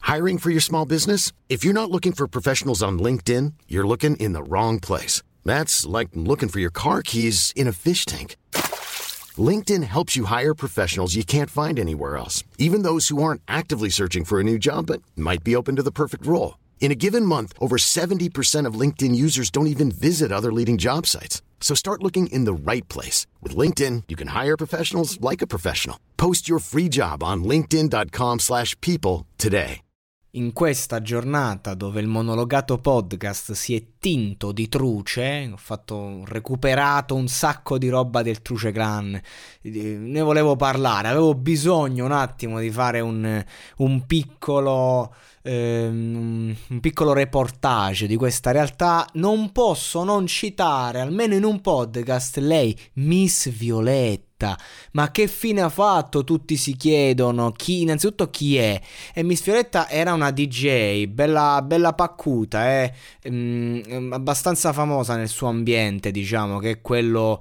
Hiring for your small business? If you're not looking for professionals on LinkedIn, you're looking in the wrong place. That's like looking for your car keys in a fish tank. LinkedIn helps you hire professionals you can't find anywhere else, even those who aren't actively searching for a new job but might be open to the perfect role. In a given month, over 70% of LinkedIn users don't even visit other leading job sites. So start looking in the right place. With LinkedIn, you can hire professionals like a professional. Post your free job on linkedin.com/people today. In questa giornata dove il monologato podcast si è tinto di truce, ho recuperato un sacco di roba del Truce Clan, ne volevo parlare, avevo bisogno un attimo di fare un piccolo reportage di questa realtà. Non posso non citare, almeno in un podcast, lei, Miss Violetta. Ma che fine ha fatto? Tutti si chiedono innanzitutto chi è. E Miss Violetta era una DJ bella paccuta, abbastanza famosa nel suo ambiente, diciamo, che è quello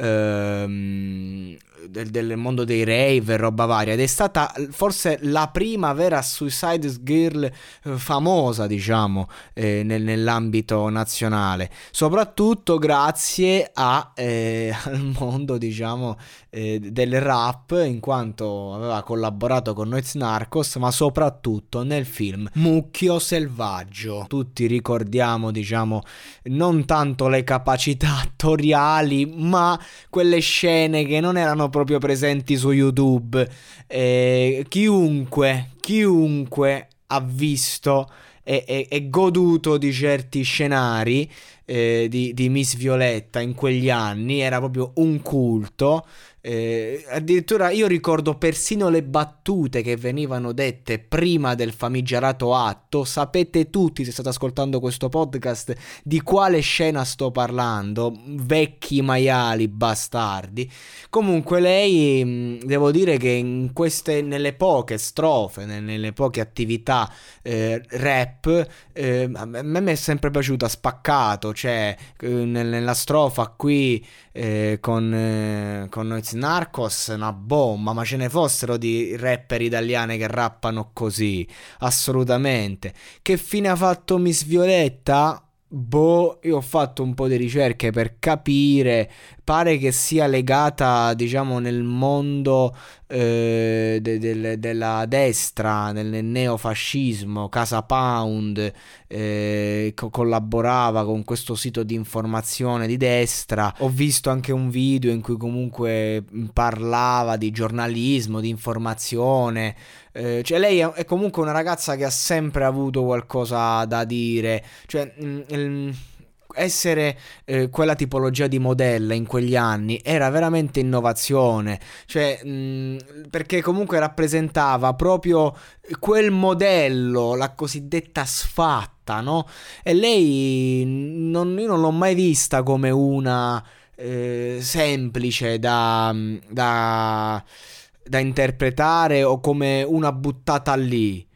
del mondo dei rave e roba varia, ed è stata forse la prima vera Suicide Girl famosa, diciamo, nell'ambito nazionale, soprattutto grazie al mondo, diciamo, del rap, in quanto aveva collaborato con Noyz Narcos, ma soprattutto nel film Mucchio Selvaggio. Tutti ricordiamo, diciamo, non tanto le capacità attoriali, ma quelle scene che non erano proprio presenti su YouTube. Chiunque ha visto e goduto di certi scenari di Miss Violetta in quegli anni, era proprio un culto. Addirittura io ricordo persino le battute che venivano dette prima del famigerato atto. Sapete tutti, se state ascoltando questo podcast, di quale scena sto parlando, vecchi maiali bastardi. Comunque lei, devo dire che nelle poche strofe, nelle poche attività rap, a me è sempre piaciuta Spaccato, cioè nella strofa qui con Noyz Narcos, una bomba, ma ce ne fossero di rapper italiane che rappano così, assolutamente. Che fine ha fatto Miss Violetta? Io ho fatto un po' di ricerche per capire, pare che sia legata, diciamo, nel mondo della destra, nel neofascismo. Casa Pound collaborava con questo sito di informazione di destra. Ho visto anche un video in cui comunque parlava di giornalismo, di informazione. Cioè lei è comunque una ragazza che ha sempre avuto qualcosa da dire, cioè essere quella tipologia di modella in quegli anni era veramente innovazione, cioè perché comunque rappresentava proprio quel modello, la cosiddetta sfatta, no? E lei io non l'ho mai vista come una semplice da interpretare o come una buttata lì.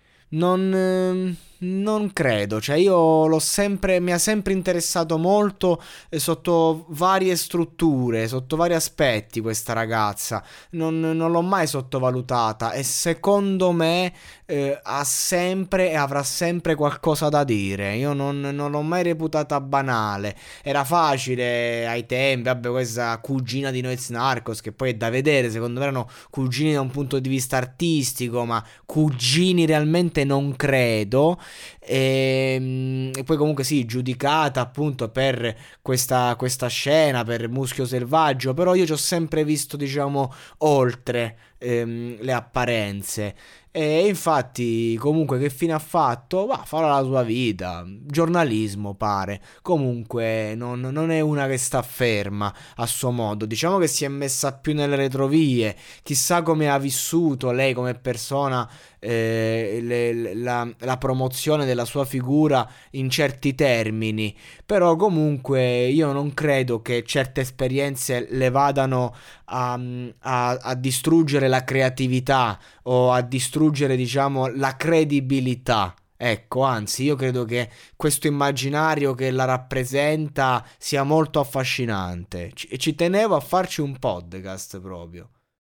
Non credo, cioè io mi ha sempre interessato molto sotto varie strutture, sotto vari aspetti questa ragazza, non l'ho mai sottovalutata e secondo me ha sempre e avrà sempre qualcosa da dire. Io non l'ho mai reputata banale. Era facile ai tempi, vabbè, questa cugina di Noyz Narcos, che poi è da vedere, secondo me erano cugini da un punto di vista artistico, ma cugini realmente non credo. E poi comunque sì, giudicata appunto per questa scena, per Muschio Selvaggio, però io ci ho sempre visto, diciamo, oltre le apparenze. E infatti comunque che fine ha fatto? Farà la sua vita, giornalismo pare. Comunque non è una che sta ferma a suo modo, diciamo che si è messa più nelle retrovie. Chissà come ha vissuto lei come persona la promozione della sua figura in certi termini, però comunque io non credo che certe esperienze le vadano a distruggere la creatività o a distruggere, diciamo, la credibilità. Ecco, anzi, io credo che questo immaginario che la rappresenta sia molto affascinante e ci tenevo a farci un podcast proprio.